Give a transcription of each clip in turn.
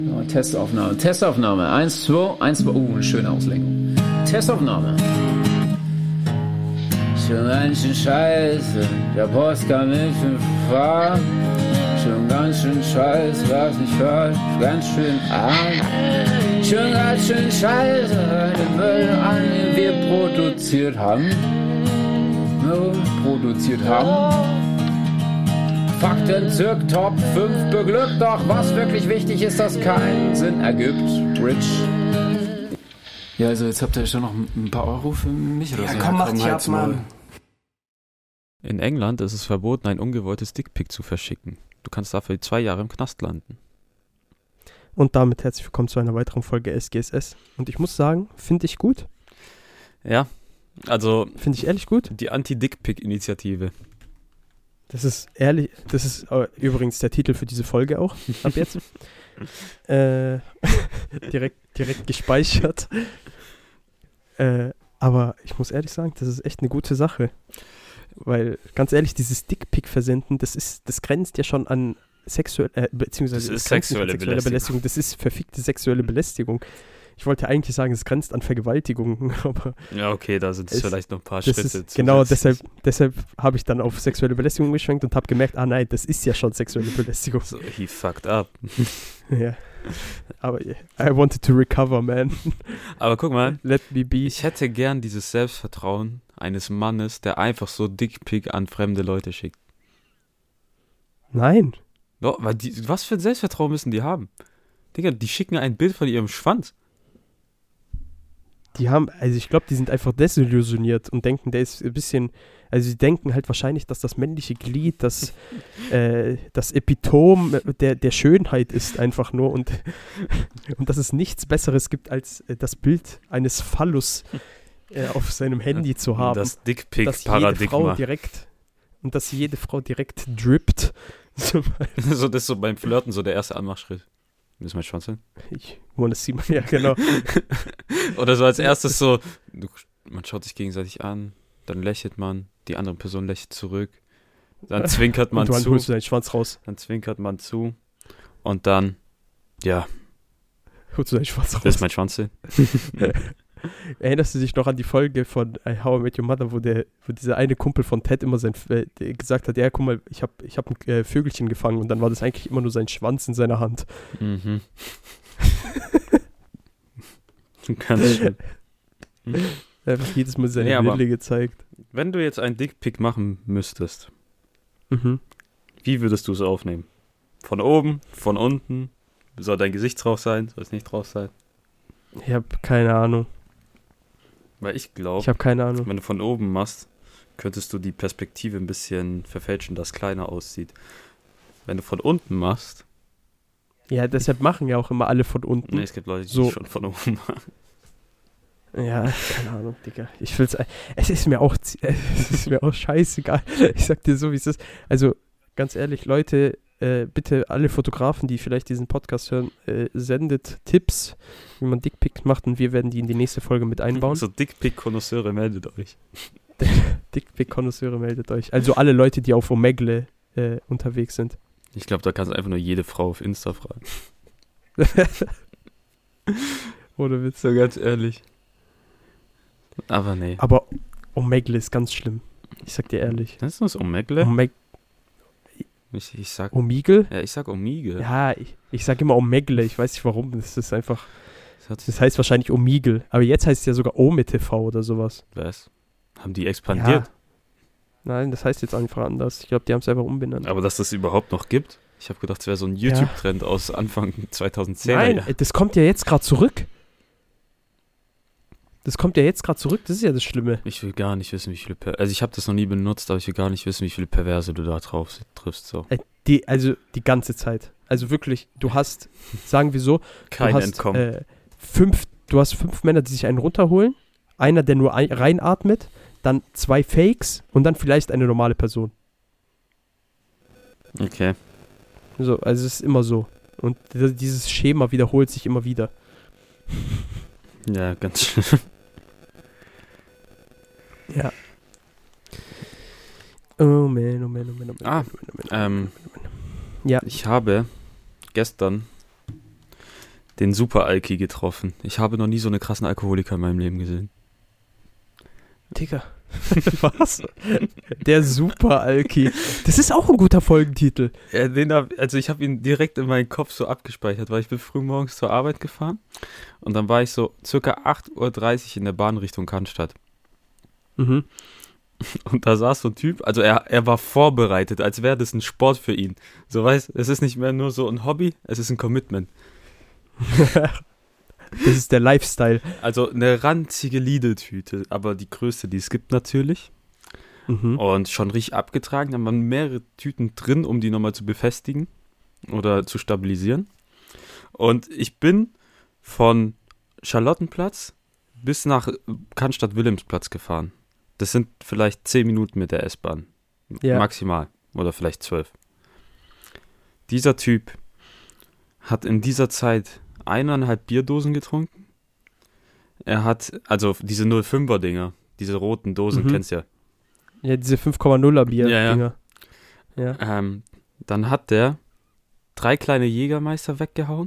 Oh, Testaufnahme. 1, 2, 1, 2. Eine schöne Auslenkung. Testaufnahme. Schon ganz schön scheiße, der Post kann nicht fahren. Schon ganz schön scheiße, was nicht falsch, ganz schön arm. Schon ganz schön scheiße, den Müll an, den wir produziert haben. Fakten Top 5 beglückt, doch was wirklich wichtig ist, das keinen Sinn ergibt. Rich. Ja, also jetzt habt ihr schon noch ein paar Euro für mich oder so. Ja, komm, mach dich ab, Mann. In England ist es verboten, ein ungewolltes Dickpick zu verschicken. Du kannst dafür 2 Jahre im Knast landen. Und damit herzlich willkommen zu einer weiteren Folge SGSS. Und ich muss sagen, finde ich gut. Ja, also... Finde ich ehrlich gut. Die Anti-Dickpick-Initiative. Das ist ehrlich, das ist übrigens der Titel für diese Folge auch, ab jetzt. direkt gespeichert. Aber ich muss ehrlich sagen, das ist echt eine gute Sache. Weil, ganz ehrlich, dieses Dickpick-Versenden, das grenzt ja schon an sexuelle Belästigung. Das ist verfickte sexuelle Belästigung. Ich wollte eigentlich sagen, es grenzt an Vergewaltigung, aber... Ja, okay, da sind es vielleicht noch ein paar Schritte. Genau, deshalb habe ich dann auf sexuelle Belästigung geschwenkt und habe gemerkt, nein, das ist ja schon sexuelle Belästigung. So, he fucked up. Ja, aber I wanted to recover, man. Aber guck mal, let me be. Ich hätte gern dieses Selbstvertrauen eines Mannes, der einfach so Dickpick an fremde Leute schickt. Nein. Ja, weil was für ein Selbstvertrauen müssen die haben? Digga, die schicken ein Bild von ihrem Schwanz. Ich glaube, die sind einfach desillusioniert und denken, der ist ein bisschen, also sie denken halt wahrscheinlich, dass das männliche Glied das Epitom der Schönheit ist einfach nur und dass es nichts Besseres gibt, als das Bild eines Phallus auf seinem Handy zu haben. Das Dickpick-Paradigma. Und dass jede Frau direkt drippt. So, das ist so beim Flirten so der erste Anmachschritt. Willst du mein Schwanz sein? Ich wanna see my, ja, genau. Oder so als erstes so, man schaut sich gegenseitig an, dann lächelt man, die andere Person lächelt zurück, dann zwinkert man und zu. Dann holst du deinen Schwanz raus. Dann zwinkert man zu und dann, ja. Holst du deinen Schwanz raus. Das ist mein Schwanz sein. Erinnerst du dich noch an die Folge von How I Met Your Mother, wo dieser eine Kumpel von Ted immer gesagt hat, ja, guck mal, ich hab ein Vögelchen gefangen und dann war das eigentlich immer nur sein Schwanz in seiner Hand. Mhm. Ganz schön. Einfach jedes Mal seine Wille gezeigt. Wenn du jetzt einen Dickpick machen müsstest, wie würdest du es aufnehmen? Von oben, von unten? Soll dein Gesicht drauf sein? Soll es nicht drauf sein? Ich habe keine Ahnung. Weil ich glaube, wenn du von oben machst, könntest du die Perspektive ein bisschen verfälschen, dass es kleiner aussieht. Wenn du von unten machst... Ja, deshalb machen ja auch immer alle von unten. Nee, es gibt Leute, die schon von oben machen. Ja, keine Ahnung, Digga. Es ist mir auch scheißegal. Ich sag dir so, wie es ist. Also, ganz ehrlich, Leute, bitte alle Fotografen, die vielleicht diesen Podcast hören, sendet Tipps, wie man Dickpics macht und wir werden die in die nächste Folge mit einbauen. So Dickpic-Konnoisseure, meldet euch. Dickpic-Konnoisseure, meldet euch. Also alle Leute, die auf Omegle unterwegs sind. Ich glaube, da kannst du einfach nur jede Frau auf Insta fragen. Ohne Witz. So ganz ehrlich. Aber nee. Aber Omegle ist ganz schlimm. Ich sag dir ehrlich. Das ist das Omegle? Ich sag... Omegle? Ja, ich sag Omegle. Ja, ich sag immer Omegle. Ich weiß nicht warum. Das ist einfach... Das heißt wahrscheinlich Omegle. Aber jetzt heißt es ja sogar OmeTV oder sowas. Was? Haben die expandiert? Ja. Nein, das heißt jetzt einfach anders. Ich glaube, die haben es einfach umbenannt. Aber dass das überhaupt noch gibt? Ich habe gedacht, es wäre so ein YouTube-Trend aus Anfang 2010. Nein, das kommt ja jetzt gerade zurück. Das ist ja das Schlimme. Ich will gar nicht wissen, wie viele also ich habe das noch nie benutzt, aber ich will gar nicht wissen, wie viele Perverse du da drauf triffst. So. Die ganze Zeit. Also wirklich, du hast, sagen wir so, kein Entkommen. Du hast 5 Männer, die sich einen runterholen, einer, der nur reinatmet, dann 2 Fakes und dann vielleicht eine normale Person. Okay. So, also es ist immer so. Und dieses Schema wiederholt sich immer wieder. Ja, ganz schön. Ja. Oh man. Ja. Ich habe gestern den Super-Alki getroffen. Ich habe noch nie so eine krassen Alkoholiker in meinem Leben gesehen. Digga. Was? Der Super-Alki. Das ist auch ein guter Folgentitel. Ja, ich habe ihn direkt in meinen Kopf so abgespeichert, weil ich bin früh morgens zur Arbeit gefahren und dann war ich so circa 8:30 Uhr in der Bahn Richtung Cannstatt. Mhm. Und da saß so ein Typ, also er war vorbereitet, als wäre das ein Sport für ihn. So, weißt, es ist nicht mehr nur so ein Hobby, es ist ein Commitment. Das ist der Lifestyle. Also eine ranzige Lidl-Tüte, aber die größte, die es gibt natürlich. Mhm. Und schon richtig abgetragen, da waren mehrere Tüten drin, um die nochmal zu befestigen oder zu stabilisieren. Und ich bin von Charlottenplatz bis nach Cannstatt-Wilhelmsplatz gefahren. Das sind vielleicht 10 Minuten mit der S-Bahn. Ja. Maximal. Oder vielleicht 12. Dieser Typ hat in dieser Zeit 1,5 Bierdosen getrunken. Er hat, also diese 0,5er Dinger, diese roten Dosen, kennst du ja. Ja, diese 5,0er Bier-Dinger. Ja. Dann hat der 3 kleine Jägermeister weggehauen.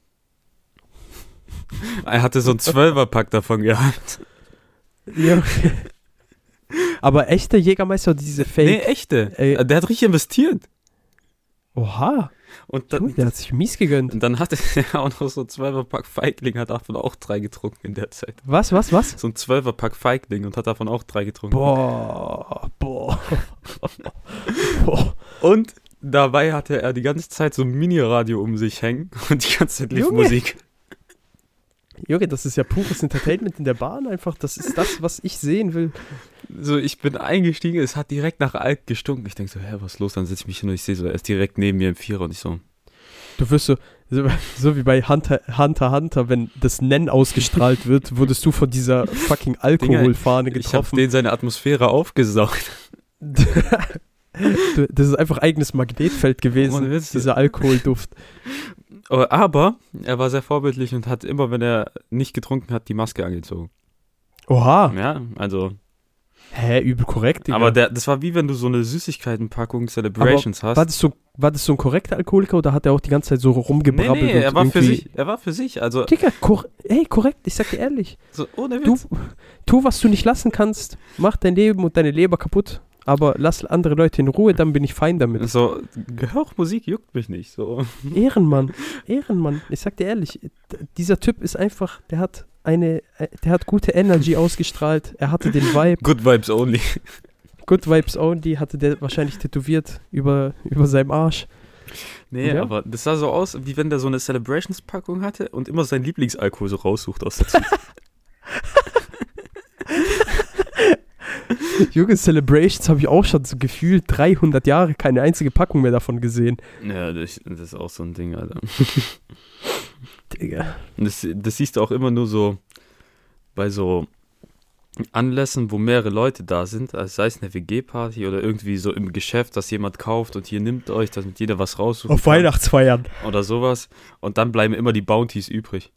Er hatte so einen 12er-Pack davon gehabt. Ja, okay. Aber echte Jägermeister oder diese Fake? Nee, echte. Der hat richtig investiert. Oha. Und dann, der hat sich mies gegönnt. Und dann hatte er auch noch so ein 12er-Pack Feigling, hat davon auch 3 getrunken in der Zeit. Was? So ein 12er-Pack Feigling und hat davon auch 3 getrunken. Boah. Und dabei hatte er die ganze Zeit so ein Mini-Radio um sich hängen und die ganze Zeit lief Musik. Junge, das ist ja pures Entertainment in der Bahn einfach. Das ist das, was ich sehen will. So, ich bin eingestiegen, es hat direkt nach Alk gestunken. Ich denke so, was ist los? Dann setze ich mich hin und ich sehe so, er ist direkt neben mir im Vierer und ich so. Du wirst so wie bei Hunter, wenn das Nen ausgestrahlt wird, wurdest du von dieser fucking Alkoholfahne getroffen. Ich habe den seine Atmosphäre aufgesaugt. Das ist einfach eigenes Magnetfeld gewesen, dieser Alkoholduft. Aber er war sehr vorbildlich und hat immer, wenn er nicht getrunken hat, die Maske angezogen. Oha. Ja, also. Hä, übel korrekt, Digga. Aber das war wie wenn du so eine Süßigkeitenpackung Celebrations hast. War das so ein korrekter Alkoholiker oder hat er auch die ganze Zeit so rumgebrabbelt? Nee, er war für sich. Also, Digga, korrekt, ich sag dir ehrlich. So, ohne Witz. Tu, was du nicht lassen kannst, mach dein Leben und deine Leber kaputt. Aber lass andere Leute in Ruhe, dann bin ich fein damit. So, Gehörmusik juckt mich nicht. So. Ehrenmann. Ich sag dir ehrlich, dieser Typ ist einfach, der hat gute Energy ausgestrahlt. Er hatte den Vibe. Good Vibes Only. Good Vibes Only hatte der wahrscheinlich tätowiert über seinem Arsch. Nee, ja. Aber das sah so aus, wie wenn der so eine Celebrations-Packung hatte und immer seinen Lieblingsalkohol so raussucht aus der Tüte. Junge, Celebrations habe ich auch schon so gefühlt 300 Jahre keine einzige Packung mehr davon gesehen. Ja, das ist auch so ein Ding, Alter. Digga. Das siehst du auch immer nur so bei so Anlässen, wo mehrere Leute da sind, also sei es eine WG-Party oder irgendwie so im Geschäft, dass jemand kauft und hier nimmt euch, damit jeder was raussucht. Auf Weihnachtsfeiern. Oder sowas. Und dann bleiben immer die Bounties übrig.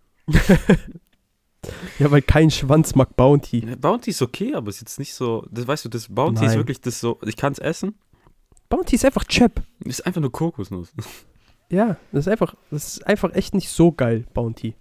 Ja, weil kein Schwanz mag Bounty. Ja, Bounty ist okay, aber ist jetzt nicht so, das weißt du, das Bounty ist wirklich das so, ich kann es essen. Bounty ist einfach Chap. Ist einfach nur Kokosnuss. Ja, das ist einfach echt nicht so geil, Bounty.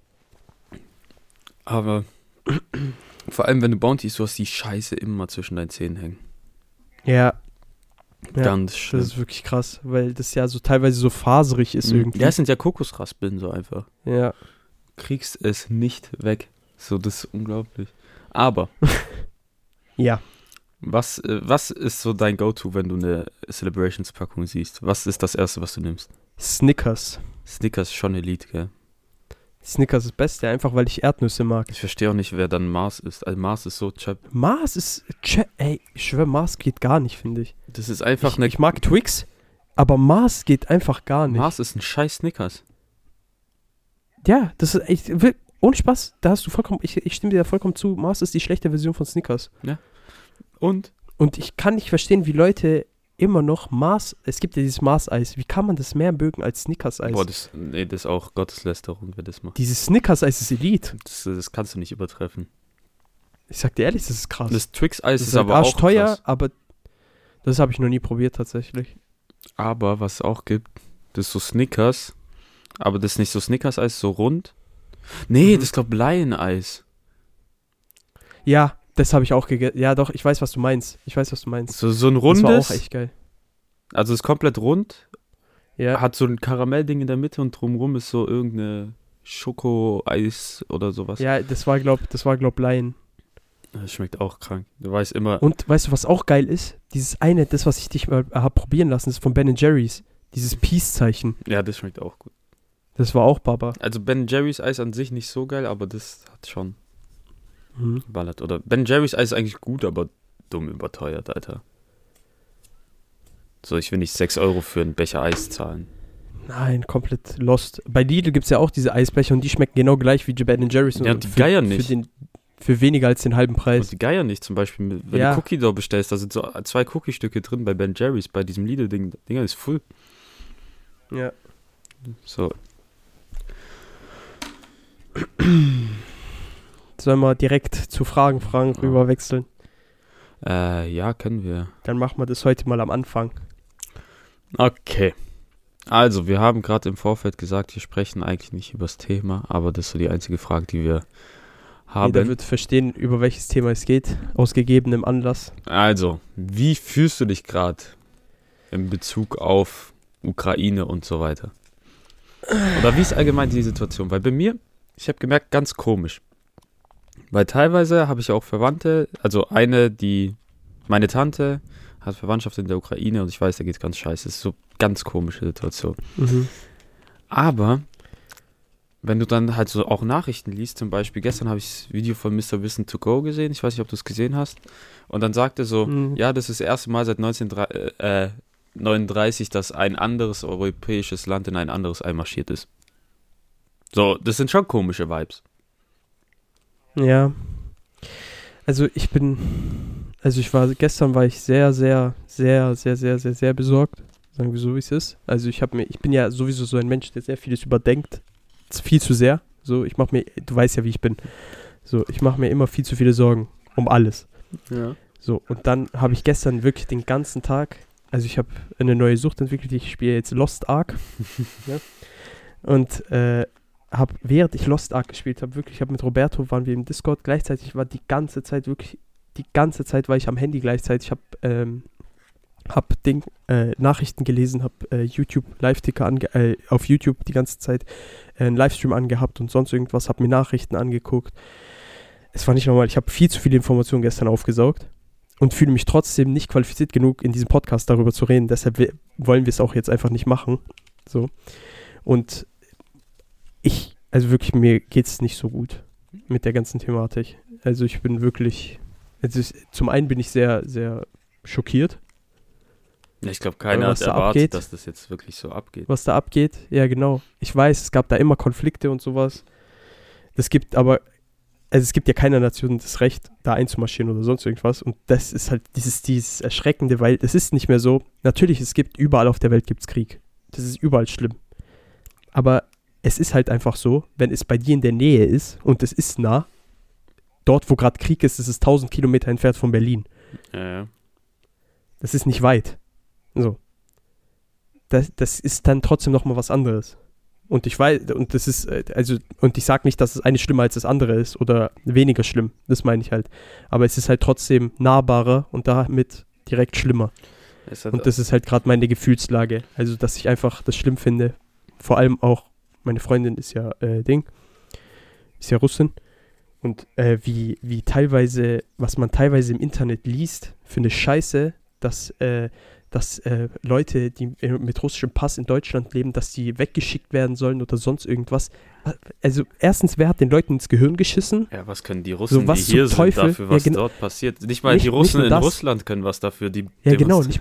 Aber vor allem, wenn du Bounty isst, du hast die Scheiße immer zwischen deinen Zähnen hängen. Ja. Ganz schlimm. Das ist wirklich krass, weil das ja so teilweise so faserig ist irgendwie. Ja, es sind ja Kokosraspeln so einfach. Ja. Kriegst es nicht weg. So, das ist unglaublich. Aber. Ja. Was ist so dein Go-To, wenn du eine Celebrations-Packung siehst? Was ist das Erste, was du nimmst? Snickers. Snickers ist schon Elite, gell? Snickers ist das Beste, einfach weil ich Erdnüsse mag. Ich verstehe auch nicht, wer dann Mars ist. Also Mars ist so chap. Mars ist ey, ich schwöre, Mars geht gar nicht, finde ich. Das ist einfach ich mag Twix, aber Mars geht einfach gar nicht. Mars ist ein scheiß Snickers. Ja, das ist echt, ohne Spaß, da hast du vollkommen, ich stimme dir da vollkommen zu, Mars ist die schlechte Version von Snickers. Ja. Und ich kann nicht verstehen, wie Leute immer noch es gibt ja dieses Mars-Eis, wie kann man das mehr mögen als Snickers-Eis? Boah, das ist auch Gotteslästerung, wer das macht. Dieses Snickers-Eis ist Elite. Das kannst du nicht übertreffen. Ich sag dir ehrlich, das ist krass. Das Twix-Eis ist aber auch krass. arschteuer, aber das habe ich noch nie probiert tatsächlich. Aber was es auch gibt, das ist so Snickers Aber das ist nicht so Snickers-Eis, so rund. Nee, Mhm. das ist, glaube ich, Lion-Eis. Ja, das habe ich auch gegessen. Ja, doch, ich weiß, was du meinst. So ein Das rundes. war auch echt geil. Also ist komplett rund. Ja, Hat so ein Karamellding in der Mitte und drumrum ist so irgendeine Schoko-Eis oder sowas. ja, das war, glaub, Lion. Das schmeckt auch krank. Du weißt immer. Und weißt du, was auch geil ist? Dieses eine, das, was ich dich mal habe probieren lassen, ist von Ben Jerry's. Dieses Peace-Zeichen. Ja, das schmeckt auch gut. Das war auch Baba. Also Ben Jerry's Eis an sich nicht so geil, aber das hat schon Mhm. geballert. Oder Ben Jerry's Eis ist eigentlich gut, aber dumm überteuert, Alter. So, ich will nicht 6 Euro für einen Becher Eis zahlen. Nein, komplett lost. Bei Lidl gibt es ja auch diese Eisbecher und die schmecken genau gleich wie Ben Jerry's. Ja, und die geiern nicht. Für weniger als den halben Und Preis. die geiern nicht, zum Beispiel, wenn Ja. du Cookie Dough bestellst, da sind so 2 Cookie-Stücke drin bei Ben Jerry's, bei diesem Lidl-Ding. Dinger ist full. Ja. So, Sollen wir direkt zu Fragen rüber wechseln? ja, können wir. Dann machen wir das heute mal am Anfang. Okay. Also, wir haben gerade im Vorfeld gesagt, wir sprechen eigentlich nicht über das Thema, aber das ist so die einzige Frage, die wir haben. Jeder wird verstehen, über welches Thema es geht, aus gegebenem Anlass. Also, wie fühlst du dich gerade in Bezug auf Ukraine und so weiter? Oder wie ist allgemein die Situation? Weil bei mir, ich habe gemerkt, ganz komisch. Weil teilweise habe ich auch Verwandte, also meine Tante hat Verwandtschaft in der Ukraine und ich weiß, da geht ganz scheiße. Das ist so eine ganz komische Situation. Mhm. Aber wenn du dann halt so auch Nachrichten liest, zum Beispiel gestern habe ich das Video von Mr. Wissen to Go gesehen, ich weiß nicht, ob du es gesehen hast, und dann sagte so, ja, das ist das erste Mal seit 1939, dass ein anderes europäisches Land in ein anderes einmarschiert ist. So, das sind schon komische Vibes. Ja. Also gestern war ich sehr, sehr, sehr, sehr, sehr, sehr, sehr besorgt. Sagen wir so, wie es ist. Also ich bin ja sowieso so ein Mensch, der sehr vieles überdenkt. Viel zu sehr. So, du weißt ja, wie ich bin. So, ich mache mir immer viel zu viele Sorgen um alles. Ja. So, und dann habe ich gestern wirklich den ganzen Tag, also ich habe eine neue Sucht entwickelt, ich spiele jetzt Lost Ark. Ja? Und während ich Lost Ark gespielt habe, mit Roberto, waren wir im Discord, gleichzeitig war die ganze Zeit war ich am Handy gleichzeitig, hab Nachrichten gelesen, habe YouTube Live-Ticker auf YouTube die ganze Zeit einen Livestream angehabt und sonst irgendwas, habe mir Nachrichten angeguckt. Es war nicht normal, ich habe viel zu viele Informationen gestern aufgesaugt und fühle mich trotzdem nicht qualifiziert genug, in diesem Podcast darüber zu reden, deshalb wollen wir es auch jetzt einfach nicht machen. So. Und also wirklich, mir geht es nicht so gut mit der ganzen Thematik. Also ich bin wirklich, zum einen bin ich sehr, sehr schockiert. Ich glaube, keiner hat erwartet, dass das jetzt wirklich so abgeht. Was da abgeht, ja genau. Ich weiß, es gab da immer Konflikte und sowas. Es gibt ja keiner Nation das Recht, da einzumarschieren oder sonst irgendwas. Und das ist halt dieses Erschreckende, weil es ist nicht mehr so, natürlich, überall auf der Welt gibt es Krieg. Das ist überall schlimm. Aber es ist halt einfach so, wenn es bei dir in der Nähe ist und es ist nah, dort, wo gerade Krieg ist, ist es 1000 Kilometer entfernt von Berlin. Ja. Das ist nicht weit. So. Das ist dann trotzdem nochmal was anderes. Und ich weiß, und ich sag nicht, dass das eine schlimmer als das andere ist oder weniger schlimm. Das meine ich halt. Aber es ist halt trotzdem nahbarer und damit direkt schlimmer. Und das ist halt gerade meine Gefühlslage. Also, dass ich einfach das schlimm finde. Vor allem auch, meine Freundin ist ja Russin. Und wie teilweise, was man teilweise im Internet liest, finde ich scheiße, dass Leute, die mit russischem Pass in Deutschland leben, dass die weggeschickt werden sollen oder sonst irgendwas. Also erstens, wer hat den Leuten ins Gehirn geschissen? Ja, was können die Russen, so, die hier sind, dafür, was dort passiert? Nicht mal die Russen in Russland können was dafür. Ja, genau, nicht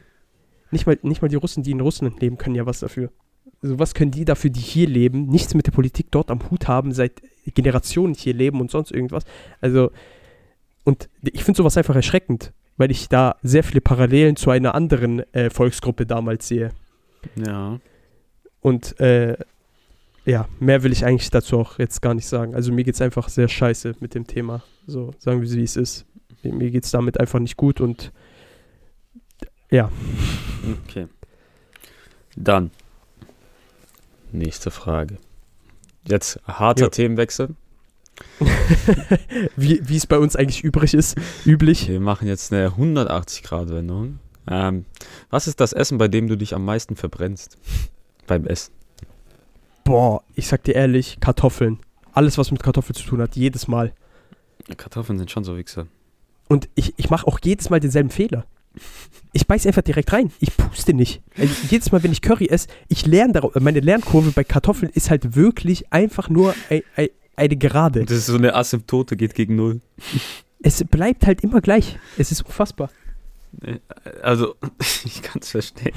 mal die Russen, die in Russland leben, können ja was dafür. Also was können die dafür, die hier leben, nichts mit der Politik dort am Hut haben, seit Generationen hier leben und sonst irgendwas. Also, und ich finde sowas einfach erschreckend, weil ich da sehr viele Parallelen zu einer anderen Volksgruppe damals sehe. Ja. Und ja, mehr will ich eigentlich dazu auch jetzt gar nicht sagen. Also mir geht es einfach sehr scheiße mit dem Thema. So, sagen wir es, wie es ist. Mir geht es damit einfach nicht gut und ja. Okay. Dann nächste Frage. Jetzt harter Themenwechsel. Wie es bei uns eigentlich üblich. Wir machen jetzt eine 180-Grad-Wendung. Was ist das Essen, bei dem du dich am meisten verbrennst? Beim Essen. Boah, ich sag dir ehrlich, Kartoffeln. Alles, was mit Kartoffeln zu tun hat, jedes Mal. Kartoffeln sind schon so Wichser. Und ich mache auch jedes Mal denselben Fehler. Ich beiß einfach direkt rein. Ich puste nicht. Also jedes Mal, wenn ich Curry esse, ich lerne darauf. Meine Lernkurve bei Kartoffeln ist halt wirklich einfach nur eine Gerade. Das ist so eine Asymptote, geht gegen 0. Es bleibt halt immer gleich. Es ist unfassbar. Also, ich kann es verstehen.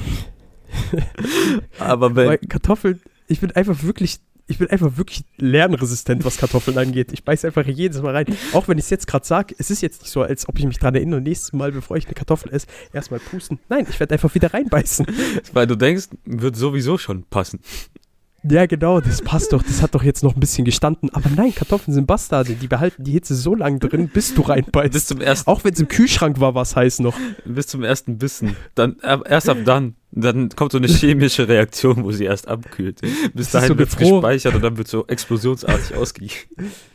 Aber bei Kartoffeln, ich bin einfach wirklich lernresistent, was Kartoffeln angeht. Ich beiße einfach jedes Mal rein. Auch wenn ich es jetzt gerade sage, es ist jetzt nicht so, als ob ich mich dran erinnere, nächstes Mal, bevor ich eine Kartoffel esse, erstmal pusten. Nein, ich werde einfach wieder reinbeißen. Weil du denkst, wird sowieso schon passen. Ja, genau, das passt doch. Das hat doch jetzt noch ein bisschen gestanden. Aber nein, Kartoffeln sind Bastarde. Die behalten die Hitze so lange drin, bis du reinbeißt. Bis zum ersten, auch wenn es im Kühlschrank war, war es heiß noch. Bis zum ersten Bissen. Dann, erst ab dann kommt so eine chemische Reaktion, wo sie erst abkühlt. Bis dahin so wird es gespeichert und dann wird so explosionsartig ausgegeben.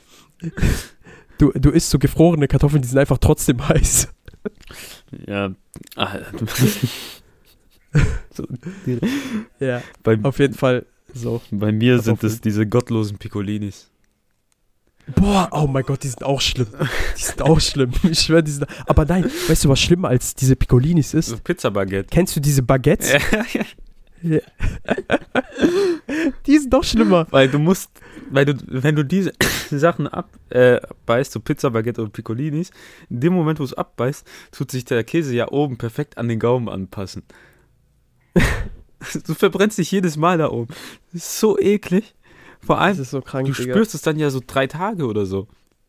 Du isst so gefrorene Kartoffeln, die sind einfach trotzdem heiß. Ja. Ja, auf jeden Fall. So. Bei mir sind es diese gottlosen Piccolinis. Boah, oh mein Gott, die sind auch schlimm. Ich schwöre, die sind. Aber nein, weißt du, was schlimmer als diese Piccolinis ist? So Pizza-Baguette. Kennst du diese Baguettes? Ja. Die sind doch schlimmer. Wenn du diese Sachen abbeißt, so Pizza-Baguette und Piccolinis, in dem Moment, wo du es abbeißt, tut sich der Käse ja oben perfekt an den Gaumen anpassen. Du verbrennst dich jedes Mal da oben. Das ist so eklig. Vor allem, das ist so krank, du Digga. spürst es dann ja so 3 Tage oder so.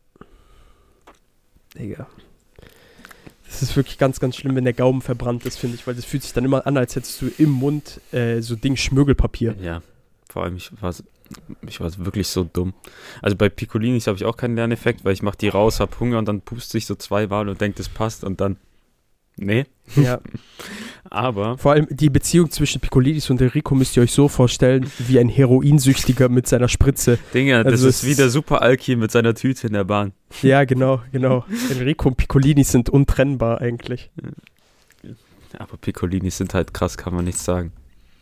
Digga. Das ist wirklich ganz, ganz schlimm, wenn der Gaumen verbrannt ist, finde ich, weil das fühlt sich dann immer an, als hättest du im Mund so Schmirgelpapier. Ja, vor allem, ich war wirklich so dumm. Also bei Piccolinis habe ich auch keinen Lerneffekt, weil ich mache die raus, habe Hunger und dann puste ich so 2 Mal und denke, das passt und dann nee. Ja. Aber vor allem die Beziehung zwischen Piccolinis und Enrico müsst ihr euch so vorstellen, wie ein Heroinsüchtiger mit seiner Spritze. Dinger, das ist wie der Super-Alki mit seiner Tüte in der Bahn. Ja, genau. Enrico und Piccolinis sind untrennbar eigentlich. Aber Piccolinis sind halt krass, kann man nichts sagen.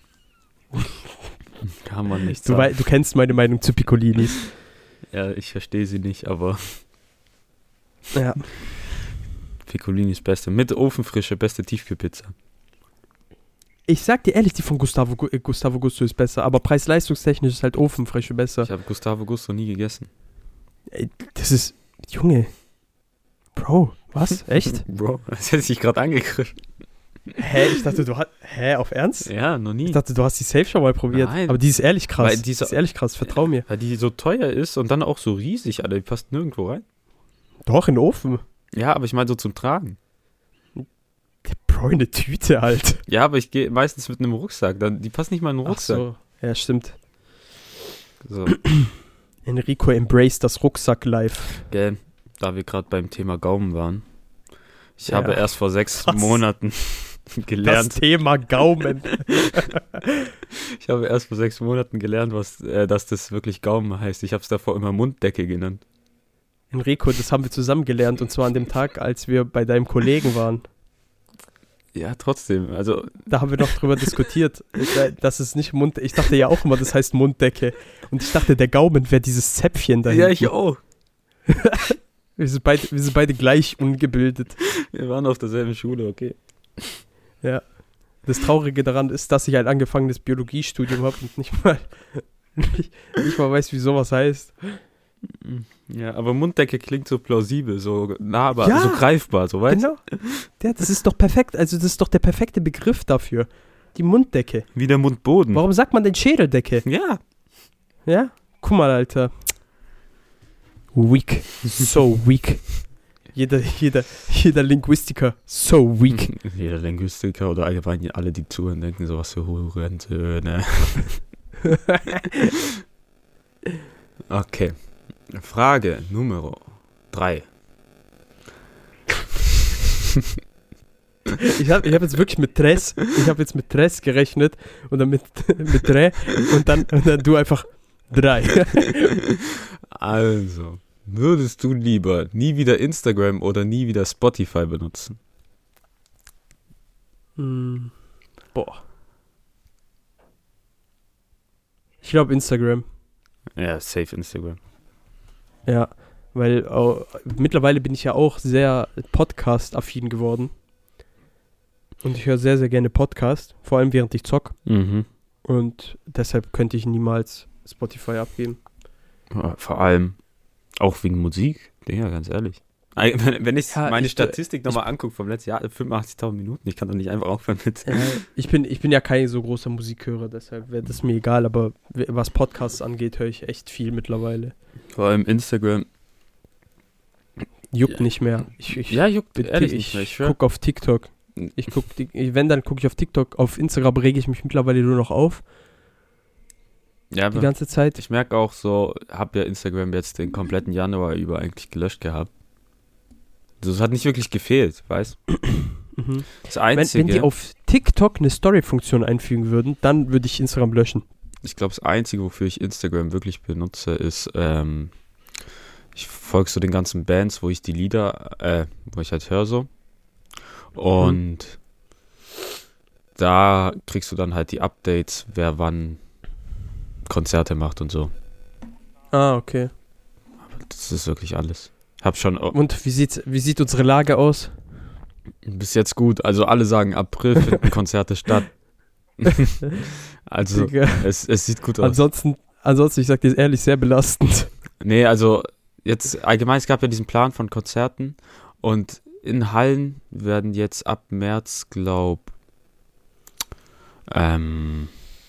Kann man nichts sagen. Du kennst meine Meinung zu Piccolinis. Ja, ich verstehe sie nicht, aber ja. Piccolinis beste. Mit Ofenfrische, beste Tiefkühlpizza. Ich sag dir ehrlich, die von Gustavo Gusto ist besser, aber preis-leistungstechnisch ist halt Ofenfrische besser. Ich habe Gustavo Gusto nie gegessen. Ey, das ist... Junge. Bro, was? Echt? Bro, das hätte ich gerade angegriffen. Hä? Ich dachte, du hast... Hä, auf Ernst? Ja, noch nie. Ich dachte, du hast die safe schon mal probiert. Nein. Aber die ist ehrlich krass. Die ist ehrlich krass, vertrau mir. Weil die so teuer ist und dann auch so riesig, Alter. Die passt nirgendwo rein. Doch, in den Ofen. Ja, aber ich meine so zum Tragen. Bro, eine Tüte halt. Ja, aber ich gehe meistens mit einem Rucksack. Die passt nicht mal in den Rucksack. Ach so. Ja, stimmt. So. Enrico embraced das Rucksack-Life. Gell, da wir gerade beim Thema Gaumen waren. Ich habe erst vor 6 Monaten gelernt. Das Thema Gaumen. Ich habe erst vor 6 Monaten gelernt, dass das wirklich Gaumen heißt. Ich habe es davor immer Munddecke genannt. Enrico, das haben wir zusammen gelernt und zwar an dem Tag, als wir bei deinem Kollegen waren. Ja, trotzdem, also... Da haben wir noch drüber diskutiert, dass es nicht ich dachte ja auch immer, das heißt Munddecke. Und ich dachte, der Gaumen wäre dieses Zäpfchen da. Ja, ich auch. Wir sind beide gleich ungebildet. Wir waren auf derselben Schule, okay. Ja. Das Traurige daran ist, dass ich ein angefangenes Biologiestudium habe und nicht mal weiß, wie sowas heißt. Ja, aber Munddecke klingt so plausibel, so nahbar, so greifbar, so weißt du? Genau. Ja, das ist doch perfekt. Also das ist doch der perfekte Begriff dafür. Die Munddecke. Wie der Mundboden. Warum sagt man denn Schädeldecke? Ja. Ja? Guck mal, Alter. Weak. So weak. Jeder Linguistiker. So weak. Jeder Linguistiker oder allgemein alle, die zuhören, denken so, was für Hurentöne. Okay. Frage Nummer 3. Ich hab jetzt wirklich mit Tres, gerechnet und dann mit Dreh und dann du einfach 3. Also, würdest du lieber nie wieder Instagram oder nie wieder Spotify benutzen? Boah. Ich glaube Instagram. Ja, safe Instagram. Ja, weil mittlerweile bin ich ja auch sehr Podcast-affin geworden. Und ich höre sehr, sehr gerne Podcast, vor allem während ich zock. Mhm. Und deshalb könnte ich niemals Spotify abgeben. Ja, vor allem auch wegen Musik, ja, ganz ehrlich. Wenn ich meine Statistik nochmal angucke vom letzten Jahr, 85.000 Minuten, ich kann doch nicht einfach aufhören mit. Ich bin ja kein so großer Musikhörer, deshalb wäre das mir egal, aber was Podcasts angeht, höre ich echt viel mittlerweile. Vor allem Instagram. Juckt nicht mehr. Juckt ehrlich nicht mehr. Ich gucke auf TikTok. Wenn, dann gucke ich auf TikTok. Auf Instagram rege ich mich mittlerweile nur noch auf. Ja, die ganze Zeit. Ich merke auch so, habe ja Instagram jetzt den kompletten Januar über eigentlich gelöscht gehabt. Das hat nicht wirklich gefehlt, weißt du? Mhm. Das Einzige, wenn die auf TikTok eine Story-Funktion einfügen würden, dann würde ich Instagram löschen. Ich glaube, das Einzige, wofür ich Instagram wirklich benutze, ist, ich folge so den ganzen Bands, wo ich die Lieder, wo ich halt höre so. Und da kriegst du dann halt die Updates, wer wann Konzerte macht und so. Ah, okay. Aber das ist wirklich alles. Hab schon. Und wie sieht unsere Lage aus? Bis jetzt gut. Also alle sagen, April finden Konzerte statt. Also es sieht gut aus. Ansonsten, ich sag dir ehrlich, sehr belastend. Nee, also jetzt allgemein, es gab ja diesen Plan von Konzerten und in Hallen werden jetzt ab März, waren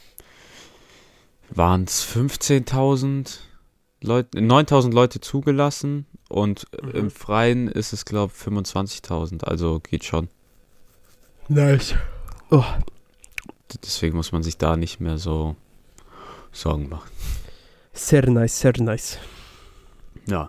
es 15.000 Leute, 9.000 Leute zugelassen und im Freien ist es, 25.000, also geht schon. Nice. Oh. Deswegen muss man sich da nicht mehr so Sorgen machen. Sehr nice, sehr nice. Ja.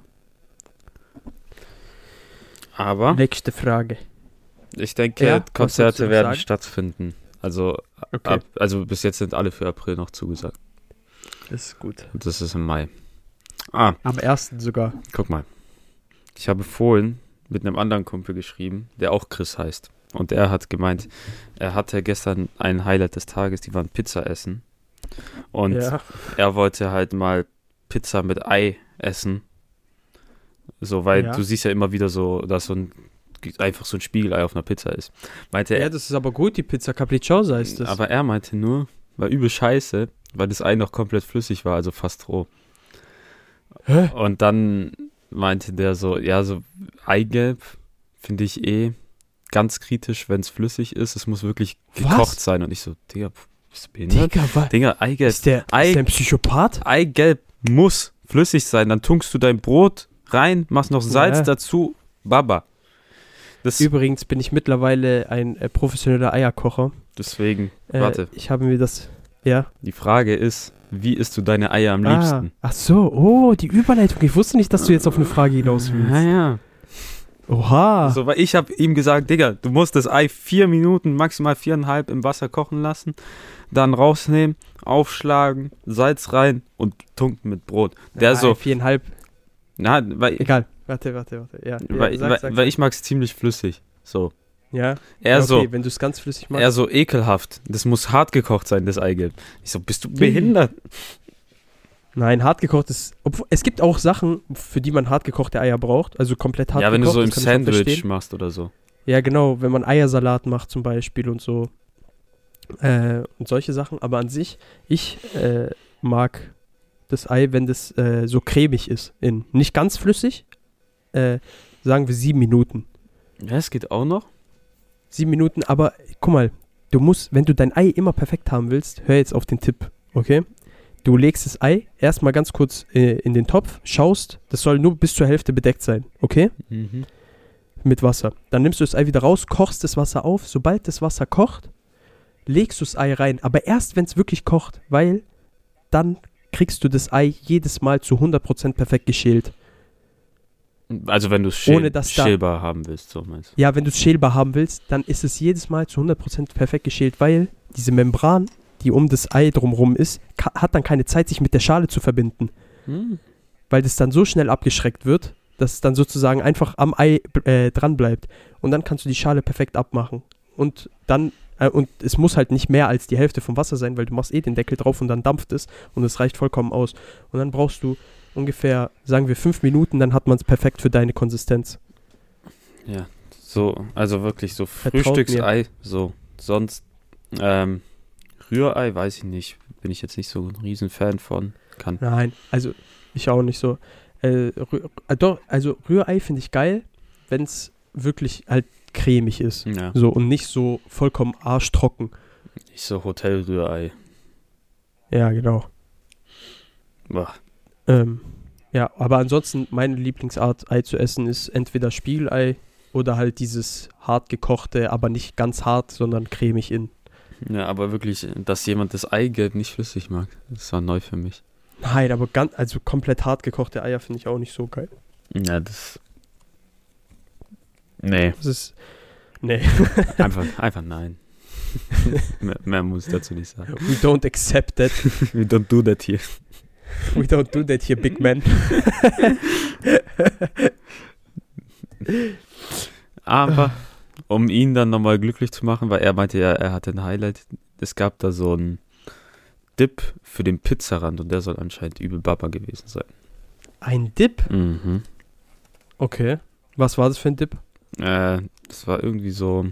Aber nächste Frage. Ich denke, Ja, Konzerte werden sagen? stattfinden. Also, Okay. also bis jetzt sind alle für April noch zugesagt. Das ist gut. Und das ist im Mai. Am 1. sogar. Guck mal. Ich habe vorhin mit einem anderen Kumpel geschrieben, der auch Chris heißt. Und er hat gemeint, er hatte gestern ein Highlight des Tages, die waren Pizza essen. Und er wollte halt mal Pizza mit Ei essen. So, weil du siehst ja immer wieder so, dass einfach so ein Spiegelei auf einer Pizza ist. Meinte er, das ist aber gut, die Pizza Capricciosa ist das. aber er meinte nur, war übel scheiße, weil das Ei noch komplett flüssig war, also fast roh. Hä? Und dann meinte der so, so Eigelb finde ich ganz kritisch, wenn es flüssig ist. Es muss wirklich gekocht sein. Und ich so, Digga, bist du behindert? Digga, Eigelb. Ist der ein Psychopath? Eigelb muss flüssig sein. Dann tunkst du dein Brot rein, machst noch Salz dazu, Baba. Übrigens bin ich mittlerweile ein professioneller Eierkocher. Deswegen, warte. Ich habe mir das, Die Frage ist, wie isst du deine Eier am liebsten? Ach so, die Überleitung. Ich wusste nicht, dass du jetzt auf eine Frage hinaus willst. Ja. Oha. So, weil ich habe ihm gesagt, Digga, du musst das Ei 4 Minuten, maximal 4,5 im Wasser kochen lassen, dann rausnehmen, aufschlagen, Salz rein und tunken mit Brot. Der so 4,5. Na, weil egal. Warte. Ja, weil ich mag es ziemlich flüssig. So. Ja. So, wenn du es ganz flüssig machst. Er so ekelhaft. Das muss hart gekocht sein, das Eigelb. Ich so, bist du behindert? Nein, hart gekocht ist. Es gibt auch Sachen, für die man hart gekochte Eier braucht. Also komplett hart gekocht. Ja, wenn du so im Sandwich machst oder so. Ja, genau. Wenn man Eiersalat macht zum Beispiel und so. Und solche Sachen. Aber an sich, ich mag das Ei, wenn das so cremig ist. Nicht ganz flüssig. Sagen wir 7 Minuten. Ja, es geht auch noch. 7 Minuten, aber guck mal, du musst, wenn du dein Ei immer perfekt haben willst, hör jetzt auf den Tipp, okay? Du legst das Ei erstmal ganz kurz in den Topf, schaust, das soll nur bis zur Hälfte bedeckt sein, okay? Mhm. Mit Wasser. Dann nimmst du das Ei wieder raus, kochst das Wasser auf. Sobald das Wasser kocht, legst du das Ei rein. Aber erst, wenn es wirklich kocht, weil dann kriegst du das Ei jedes Mal zu 100% perfekt geschält. Also wenn du es Ohne dass schälbar haben willst, so meinst du. Ja, wenn du es schälbar haben willst, dann ist es jedes Mal zu 100% perfekt geschält, weil diese Membran, die um das Ei drumherum ist, hat dann keine Zeit, sich mit der Schale zu verbinden. Weil das dann so schnell abgeschreckt wird, dass es dann sozusagen einfach am Ei dran bleibt. Und dann kannst du die Schale perfekt abmachen. Und dann, und es muss halt nicht mehr als die Hälfte vom Wasser sein, weil du machst den Deckel drauf und dann dampft es und es reicht vollkommen aus. Und dann brauchst du ungefähr, sagen wir 5 Minuten, dann hat man es perfekt für deine Konsistenz. Ja, so, also wirklich so Vertraut Frühstücksei, so. Sonst, Rührei, weiß ich nicht, bin ich jetzt nicht so ein Riesenfan von. Nein, also ich auch nicht so. Doch, also Rührei finde ich geil, wenn es wirklich halt cremig ist. Ja. So und nicht so vollkommen arschtrocken. Nicht so Hotelrührei. Ja, genau. Boah. Ja, aber ansonsten meine Lieblingsart, Ei zu essen, ist entweder Spiegelei oder halt dieses hart gekochte, aber nicht ganz hart, sondern cremig innen. Ja, aber wirklich, dass jemand das Eigelb nicht flüssig mag, das war neu für mich. Nein, aber also komplett hart gekochte Eier finde ich auch nicht so geil. Ja, das... Nee. Das ist... Nee. Einfach nein. mehr muss ich dazu nicht sagen. We don't accept that. We don't do that here. We don't do that here, big man. Aber, um ihn dann nochmal glücklich zu machen, weil er meinte ja, er hatte ein Highlight, es gab da so einen Dip für den Pizzarand und der soll anscheinend übel Baba gewesen sein. Ein Dip? Mhm. Okay. Was war das für ein Dip? Das war irgendwie so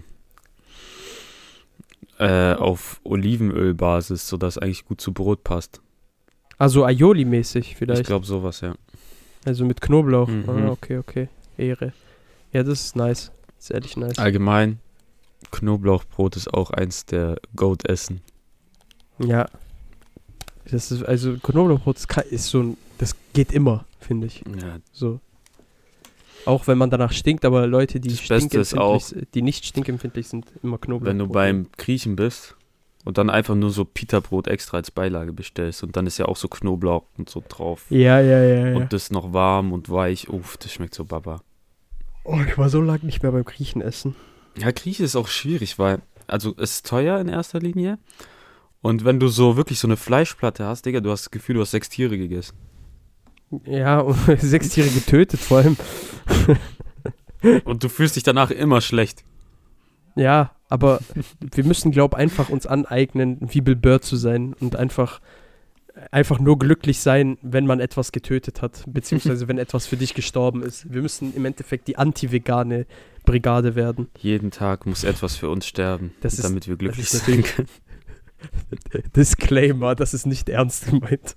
auf Olivenölbasis, sodass eigentlich gut zu Brot passt. Also Aioli-mäßig vielleicht. Ich glaube sowas, ja. Also mit Knoblauch. Mhm. Ah, okay. Ehre. Ja, das ist nice. Das ist ehrlich nice. Allgemein, Knoblauchbrot ist auch eins der Goat-Essen. Ja. Das ist, also Knoblauchbrot ist so ein, das geht immer, finde ich. Ja. So. Auch wenn man danach stinkt, aber Leute, die Das Beste ist auch, die nicht stinkempfindlich sind, immer Knoblauch. wenn du beim Griechen bist und dann einfach nur so Pita-Brot extra als Beilage bestellst und dann ist ja auch so Knoblauch und so drauf. Ja. Und das noch warm und weich. Uff, das schmeckt so Baba. Oh, ich war so lange nicht mehr beim Griechen essen. Ja, Grieche ist auch schwierig, weil, also es ist teuer in erster Linie und wenn du so wirklich so eine Fleischplatte hast, Digga, du hast das Gefühl, du hast 6 Tiere gegessen. Ja, und 6 Tiere getötet vor allem. Und du fühlst dich danach immer schlecht. Ja, aber wir müssen, glaube ich, einfach uns aneignen, wie Bill Burr zu sein und einfach nur glücklich sein, wenn man etwas getötet hat, beziehungsweise wenn etwas für dich gestorben ist. Wir müssen im Endeffekt die anti-vegane Brigade werden. Jeden Tag muss etwas für uns sterben, damit wir glücklich sein können. Disclaimer, das ist nicht ernst gemeint.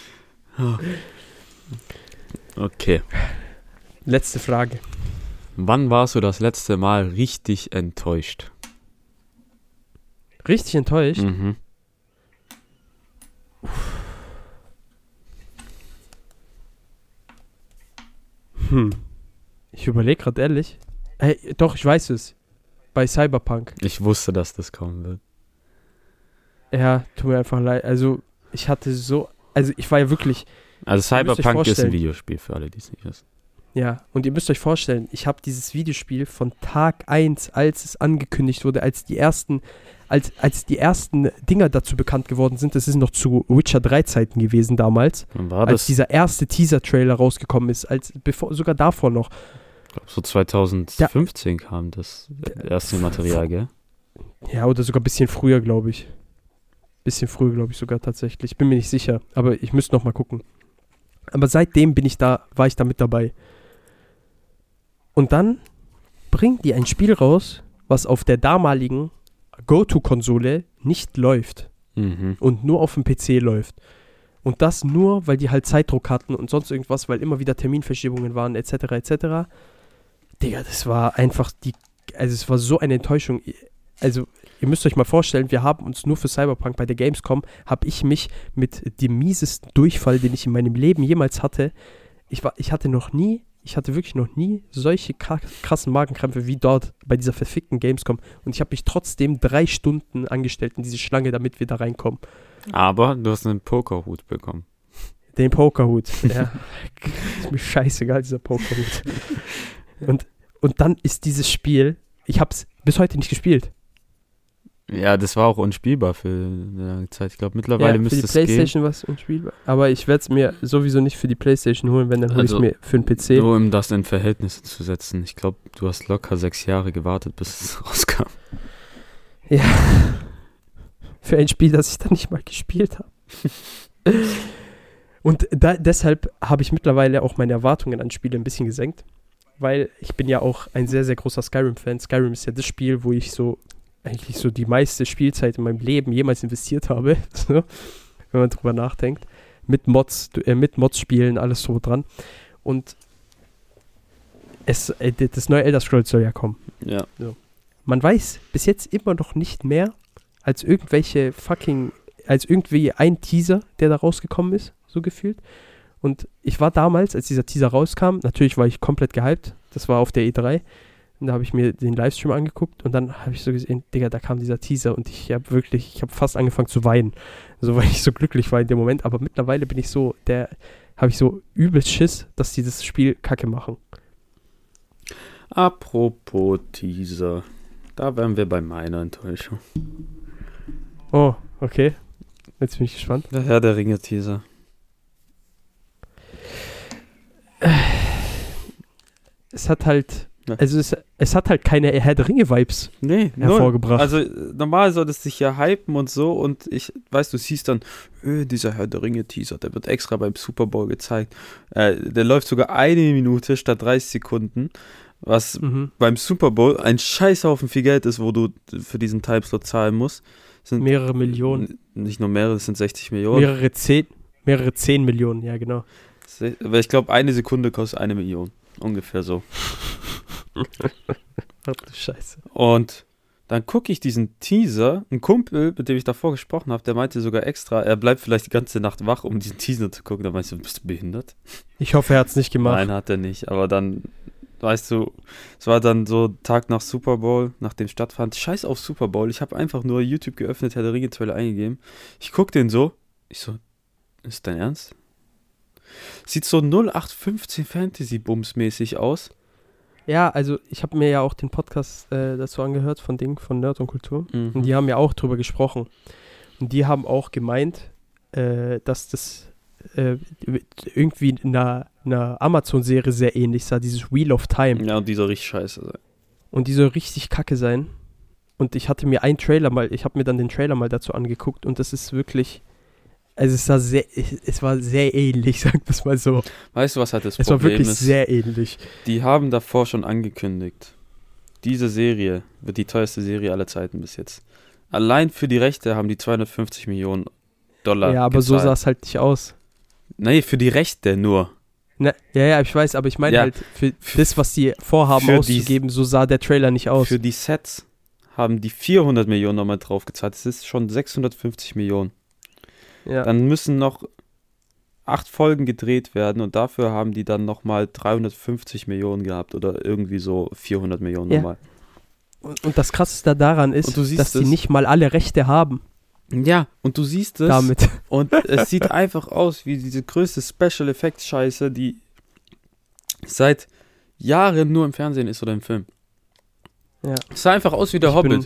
Okay. Letzte Frage. Wann warst du das letzte Mal richtig enttäuscht? Richtig enttäuscht? Mhm. Ich überlege gerade ehrlich. Hey, doch, ich weiß es. Bei Cyberpunk. Ich wusste, dass das kommen wird. Ja, tut mir einfach leid. Also, ich war ja wirklich... Also Cyberpunk ist ein Videospiel für alle, die es nicht wissen. Ja, und ihr müsst euch vorstellen, ich habe dieses Videospiel von Tag 1, als es angekündigt wurde, als die ersten Dinger dazu bekannt geworden sind, das ist noch zu Witcher 3 Zeiten gewesen damals, Wann war als das? dieser erste Teaser-Trailer rausgekommen ist, sogar davor noch. Ich glaube, so 2015 kam das erste Material, gell? Ja, oder sogar ein bisschen früher, glaube ich. Bisschen früher, glaube ich sogar tatsächlich. Ich bin mir nicht sicher, aber ich müsste noch mal gucken. Aber seitdem war ich da mit dabei. Und dann bringen die ein Spiel raus, was auf der damaligen Go-To-Konsole nicht läuft. Mhm. Und nur auf dem PC läuft. Und das nur, weil die halt Zeitdruck hatten und sonst irgendwas, weil immer wieder Terminverschiebungen waren, etc., etc. Digga, das war einfach es war so eine Enttäuschung. Also, ihr müsst euch mal vorstellen, wir haben uns nur für Cyberpunk bei der Gamescom, habe ich mich mit dem miesesten Durchfall, den ich in meinem Leben jemals hatte, ich hatte wirklich noch nie solche krassen Magenkrämpfe wie dort bei dieser verfickten Gamescom. Und ich habe mich trotzdem 3 Stunden angestellt in diese Schlange, damit wir da reinkommen. Aber du hast einen Pokerhut bekommen. Den Pokerhut, ja. ist mir scheißegal, dieser Pokémon. Und dann ist dieses Spiel, ich hab's bis heute nicht gespielt. Ja, das war auch unspielbar für eine lange Zeit. Ich glaube, mittlerweile müsste es gehen. Für die Playstation war es unspielbar. Aber ich werde es mir sowieso nicht für die Playstation holen, wenn, dann hole ich es mir für den PC. Nur um das in Verhältnisse zu setzen. Ich glaube, du hast locker 6 Jahre gewartet, bis es rauskam. Ja. Für ein Spiel, das ich dann nicht mal gespielt habe. Und deshalb habe ich mittlerweile auch meine Erwartungen an Spiele ein bisschen gesenkt. Weil ich bin ja auch ein sehr, sehr großer Skyrim-Fan. Skyrim ist ja das Spiel, wo ich eigentlich so die meiste Spielzeit in meinem Leben jemals investiert habe, so, wenn man drüber nachdenkt. Mit Mods spielen, alles so dran. Und das neue Elder Scrolls soll ja kommen. Ja. So. Man weiß bis jetzt immer noch nicht mehr als irgendwie ein Teaser, der da rausgekommen ist, so gefühlt. Und ich war damals, als dieser Teaser rauskam, natürlich war ich komplett gehypt. Das war auf der E3. Und da habe ich mir den Livestream angeguckt und dann habe ich so gesehen, Digga, da kam dieser Teaser und ich habe fast angefangen zu weinen. So, weil ich so glücklich war in dem Moment. Aber mittlerweile bin ich so, habe ich so übelst Schiss, dass die das Spiel kacke machen. Apropos Teaser. Da wären wir bei meiner Enttäuschung. Oh, okay. Jetzt bin ich gespannt. Der Herr der Ringe Teaser. Es hat halt, also es hat halt keine Herr der Ringe-Vibes hervorgebracht. Also normal soll es sich ja hypen und so und du siehst dann, dieser Herr der Ringe-Teaser, der wird extra beim Super Bowl gezeigt. Der läuft sogar 1 Minute statt 30 Sekunden, was beim Super Bowl ein Scheißhaufen viel Geld ist, wo du für diesen Timeslot zahlen musst. Sind mehrere Millionen. Nicht nur mehrere, das sind 60 Millionen. Mehrere 10 Millionen, ja genau. Weil ich glaube, 1 Sekunde kostet 1 Million. Ungefähr so. Ach du Scheiße. Und dann gucke ich diesen Teaser. Ein Kumpel, mit dem ich davor gesprochen habe, der meinte sogar extra, er bleibt vielleicht die ganze Nacht wach, um diesen Teaser zu gucken. Da meinst du, bist du behindert? Ich hoffe, er hat es nicht gemacht. Nein, hat er nicht. Aber dann, weißt du, es war dann so Tag nach Super Bowl, nachdem stattfand. Scheiß auf Super Bowl. Ich habe einfach nur YouTube geöffnet, Herr der Ringe-Trailer eingegeben. Ich gucke den so. Ich so, ist dein Ernst? Sieht so 0815 Fantasy-Bums-mäßig aus. Ja, also ich habe mir ja auch den Podcast dazu angehört von Nerd und Kultur. Und die haben ja auch drüber gesprochen. Und die haben auch gemeint, dass das irgendwie einer Amazon-Serie sehr ähnlich sah, dieses Wheel of Time. Ja, und die soll richtig scheiße sein. Und die soll richtig kacke sein. Und ich habe mir dann den Trailer mal dazu angeguckt und das ist wirklich... Also es war sehr ähnlich, sagen wir es mal so. Weißt du, was halt das Problem ist? Es war wirklich sehr ähnlich. Die haben davor schon angekündigt, diese Serie wird die teuerste Serie aller Zeiten bis jetzt. Allein für die Rechte haben die 250 Millionen Dollar Ja, aber gezahlt. so sah es halt nicht aus. Nee, für die Rechte nur. Ja, ich weiß, aber ich meine halt, für das, was die vorhaben auszugeben, so sah der Trailer nicht aus. Für die Sets haben die 400 Millionen nochmal drauf gezahlt. Das ist schon 650 Millionen. Ja. Dann müssen noch 8 Folgen gedreht werden und dafür haben die dann nochmal 350 Millionen gehabt oder irgendwie so 400 Millionen nochmal. Und das Krasseste daran ist, dass die nicht mal alle Rechte haben. Ja, und du siehst es damit. Und es sieht einfach aus wie diese größte Special Effects Scheiße, die seit Jahren nur im Fernsehen ist oder im Film. Ja. Es sah einfach aus wie der Hobbit.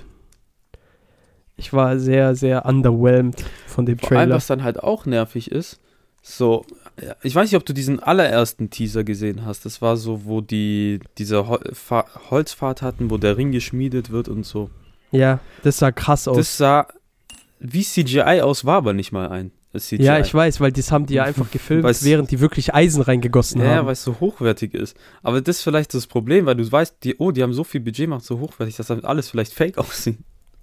Ich war sehr, sehr underwhelmed von dem Trailer. Vor allem, was dann halt auch nervig ist, so, ich weiß nicht, ob du diesen allerersten Teaser gesehen hast. Das war so, wo die diese Holzfahrt hatten, wo der Ring geschmiedet wird und so. Ja, das sah krass aus. Das sah wie CGI aus, war aber nicht mal ein CGI. Ja, ich weiß, weil das haben die ja einfach gefilmt, während die wirklich Eisen reingegossen haben. Ja, weil es so hochwertig ist. Aber das ist vielleicht das Problem, weil du weißt, die haben so viel Budget, macht so hochwertig, dass dann alles vielleicht fake aussieht.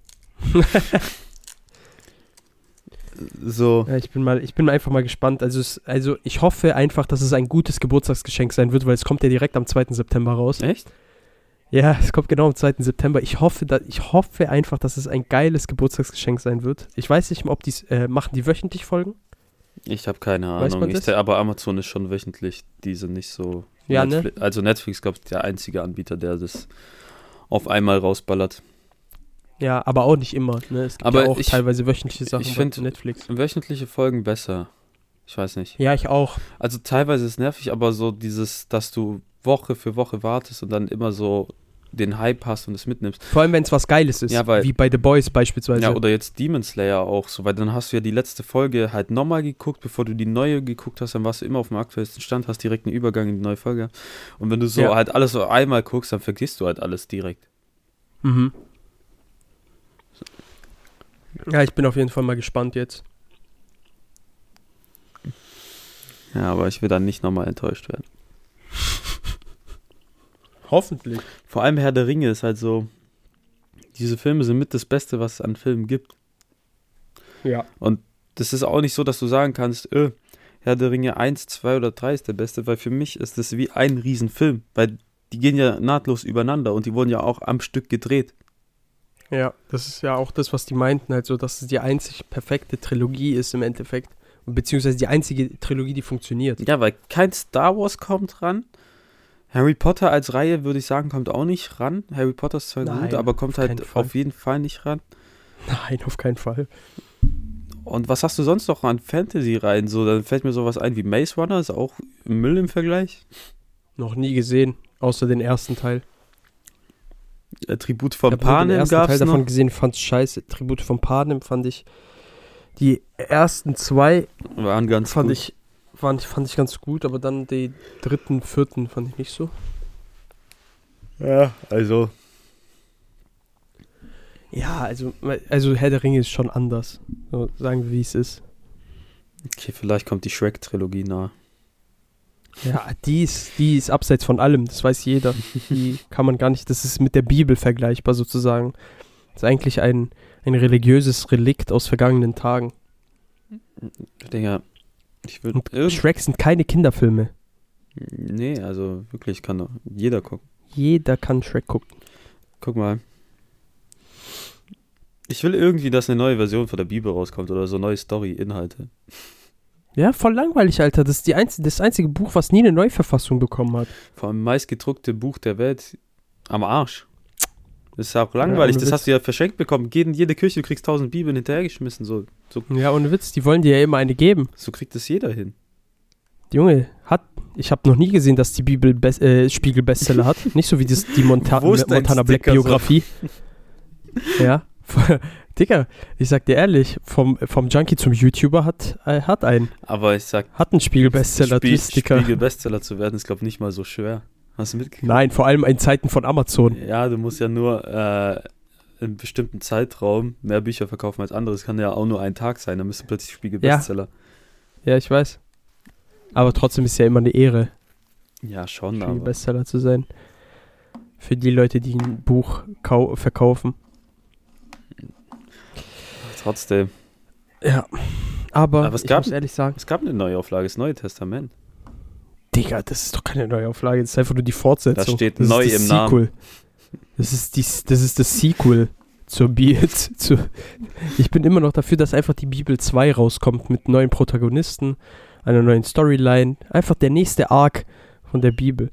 So. Ja, ich bin einfach mal gespannt. Also ich hoffe einfach, dass es ein gutes Geburtstagsgeschenk sein wird, weil es kommt ja direkt am 2. September raus. Echt? Ja, es kommt genau am 2. September. Ich hoffe einfach, dass es ein geiles Geburtstagsgeschenk sein wird. Ich weiß nicht, ob machen die wöchentlich Folgen? Ich habe keine Weiß Ahnung. Aber Amazon ist schon wöchentlich. Die sind nicht so... Ja, ne? Also Netflix, glaube ich, der einzige Anbieter, der das auf einmal rausballert. Ja, aber auch nicht immer. Ne? Es gibt ja auch teilweise wöchentliche Sachen ich bei Netflix. Wöchentliche Folgen besser. Ich weiß nicht. Ja, ich auch. Also teilweise ist es nervig, aber so dieses, dass du Woche für Woche wartest und dann immer so den Hype hast und es mitnimmst. Vor allem, wenn es was Geiles ist. Ja, weil- wie bei The Boys beispielsweise. Ja, oder jetzt Demon Slayer auch so, weil dann hast du ja die letzte Folge halt nochmal geguckt, bevor du die neue geguckt hast, dann warst du immer auf dem aktuellsten Stand, hast direkt einen Übergang in die neue Folge. Und wenn du so Ja. halt alles so einmal guckst, dann vergisst du halt alles direkt. Mhm. Ja, ich bin auf jeden Fall mal gespannt jetzt. Ja, aber ich will dann nicht nochmal enttäuscht werden. Hoffentlich. Vor allem Herr der Ringe ist halt so, diese Filme sind mit das Beste, was es an Filmen gibt. Ja. Und das ist auch nicht so, dass du sagen kannst, Herr der Ringe 1, 2 oder 3 ist der Beste, weil für mich ist das wie ein Riesenfilm, weil die gehen ja nahtlos übereinander und die wurden ja auch am Stück gedreht. Ja, das ist ja auch das, was die meinten, halt so, dass es die einzig perfekte Trilogie ist im Endeffekt. Beziehungsweise die einzige Trilogie, die funktioniert. Ja, weil kein Star Wars kommt ran. Harry Potter als Reihe, würde ich sagen, kommt auch nicht ran. Harry Potter ist zwar Nein, gut, aber kommt auf halt keinen Fall. auf jeden Fall nicht ran. Nein, auf keinen Fall. Und was hast du sonst noch an Fantasy-Reihen? So, dann fällt mir sowas ein wie Maze Runner, ist auch Müll im Vergleich. Noch nie gesehen, außer den ersten Teil. Tribut Ich von habe nur den Panem ersten Teil gab's davon noch. gesehen, fand's scheiße. Tribute von Panem fand ich, die ersten zwei Waren ganz fand gut. ich ganz gut, aber dann die dritten, vierten fand ich nicht so. Ja, also. Ja, also Herr der Ringe ist schon anders. So, sagen wir, wie es ist. Okay, vielleicht kommt die Shrek-Trilogie nahe. Ja, die ist abseits von allem, das weiß jeder. Die kann man gar nicht, das ist mit der Bibel vergleichbar sozusagen. Das ist eigentlich ein religiöses Relikt aus vergangenen Tagen. Ich denke, ich würde. Und Shrek sind keine Kinderfilme. Nee, also wirklich kann doch jeder gucken. Jeder kann Shrek gucken. Guck mal. Ich will irgendwie, dass eine neue Version von der Bibel rauskommt oder so neue Story-Inhalte. Ja, voll langweilig, Alter. Das ist das einzige Buch, was nie eine Neuverfassung bekommen hat. Vor allem meistgedruckte Buch der Welt am Arsch. Das ist auch langweilig, ohne das Witz. hast du ja verschenkt bekommen. Geh in jede Küche, du kriegst 1000 Bibeln hinterhergeschmissen. So Ja, ohne Witz, die wollen dir ja immer eine geben. kriegt das jeder hin. Junge, ich habe noch nie gesehen, dass die Bibel Spiegel-Bestseller hat. Nicht so wie die Wo ist dein Montana Black Sticker Biografie. Ja. Digga, ich sag dir ehrlich, vom Junkie zum YouTuber hat einen Aber ich sag, einen Spiegel-Bestseller, Sticker. Spiegel-Bestseller zu werden, ist, glaube ich, nicht mal so schwer. Hast du mitgekriegt? Nein, vor allem in Zeiten von Amazon. Ja, du musst ja nur in einem bestimmten Zeitraum mehr Bücher verkaufen als andere. Das kann ja auch nur ein Tag sein, dann bist du plötzlich Spiegel-Bestseller. Ja, ich weiß. Aber trotzdem ist ja immer eine Ehre, Ja, schon, aber Spiegel-Bestseller zu sein. Für die Leute, die ein Buch verkaufen. trotzdem. Ja. Aber es ich gab- muss ehrlich sagen, Es gab eine Neuauflage, das Neue Testament. Digga, das ist doch keine Neuauflage, das ist einfach nur die Fortsetzung. Da steht das neu ist das im Namen. Sequel. Das ist das Sequel zur Bibel. Ich bin immer noch dafür, dass einfach die Bibel 2 rauskommt mit neuen Protagonisten, einer neuen Storyline. Einfach der nächste Arc von der Bibel.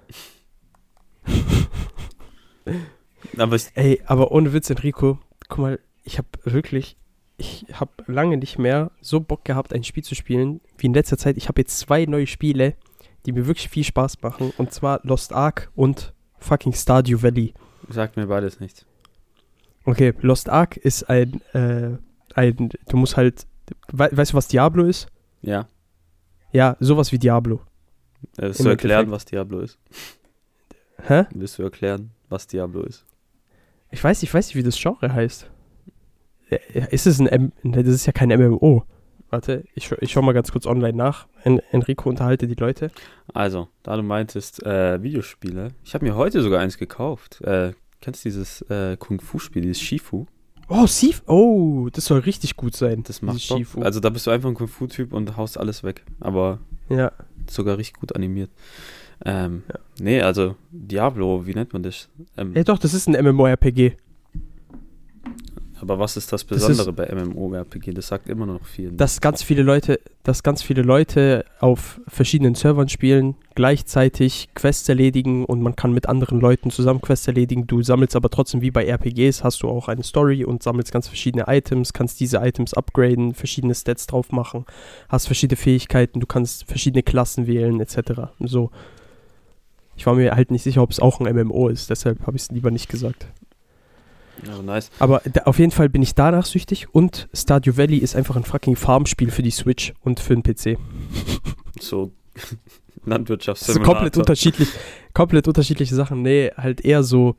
Aber Ey, aber ohne Witz, Enrico, guck mal, ich habe lange nicht mehr so Bock gehabt, ein Spiel zu spielen, wie in letzter Zeit. Ich habe jetzt 2 neue Spiele, die mir wirklich viel Spaß machen, und zwar Lost Ark und fucking Stardew Valley. sagt mir beides nichts. Okay, Lost Ark ist du musst halt, weißt du, was Diablo ist? Ja. Ja, sowas wie Diablo. Willst Im du erklären, Endeffekt. was Diablo ist? Hä? Willst du erklären, was Diablo ist? Ich weiß nicht, wie das Genre heißt. Ist es das ist ja kein MMO. Warte, ich schau mal ganz kurz online nach. Enrico, unterhalte die Leute. Also, da du meintest Videospiele, ich habe mir heute sogar eins gekauft. Kennst du dieses Kung-Fu-Spiel, dieses Shifu? Oh, das soll richtig gut sein. Das macht dieses Bock. Shifu. Also da bist du einfach ein Kung-Fu-Typ und haust alles weg. Aber Ja, sogar richtig gut animiert. Nee, also Diablo, wie nennt man das? ja doch, das ist ein MMORPG. Aber was ist das Besondere bei MMORPG? Das sagt immer noch viel. Dass ganz viele Leute auf verschiedenen Servern spielen, gleichzeitig Quests erledigen und man kann mit anderen Leuten zusammen Quests erledigen. Du sammelst aber trotzdem wie bei RPGs, hast du auch eine Story und sammelst ganz verschiedene Items, kannst diese Items upgraden, verschiedene Stats drauf machen, hast verschiedene Fähigkeiten, du kannst verschiedene Klassen wählen etc. So. Ich war mir halt nicht sicher, ob es auch ein MMO ist, deshalb habe ich es lieber nicht gesagt. Oh, nice. Aber auf jeden Fall bin ich danach süchtig und Stardew Valley ist einfach ein fucking Farmspiel für die Switch und für den PC. So Landwirtschaftssimulator. So komplett unterschiedliche Sachen. Nee, halt eher so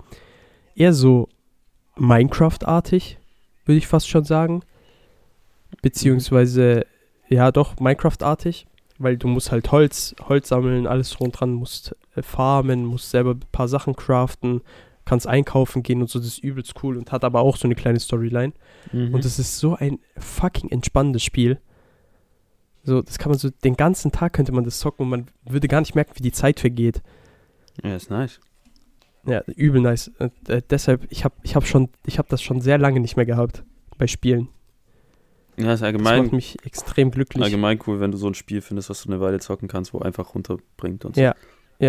Minecraft-artig, würde ich fast schon sagen. Beziehungsweise, ja doch, Minecraft-artig, weil du musst halt Holz sammeln, alles dran, musst farmen, musst selber ein paar Sachen craften, kannst einkaufen gehen und so, das ist übelst cool und hat aber auch so eine kleine Storyline. Und es ist so ein fucking entspannendes Spiel. So, das kann man so, den ganzen Tag könnte man das zocken und man würde gar nicht merken, wie die Zeit vergeht. Ja, ist nice. Ja, übel nice. Und, deshalb, ich hab das schon sehr lange nicht mehr gehabt bei Spielen. Ja, ist Das allgemein, macht mich extrem glücklich. allgemein cool, wenn du so ein Spiel findest, was du eine Weile zocken kannst, wo einfach runterbringt und so. Ja.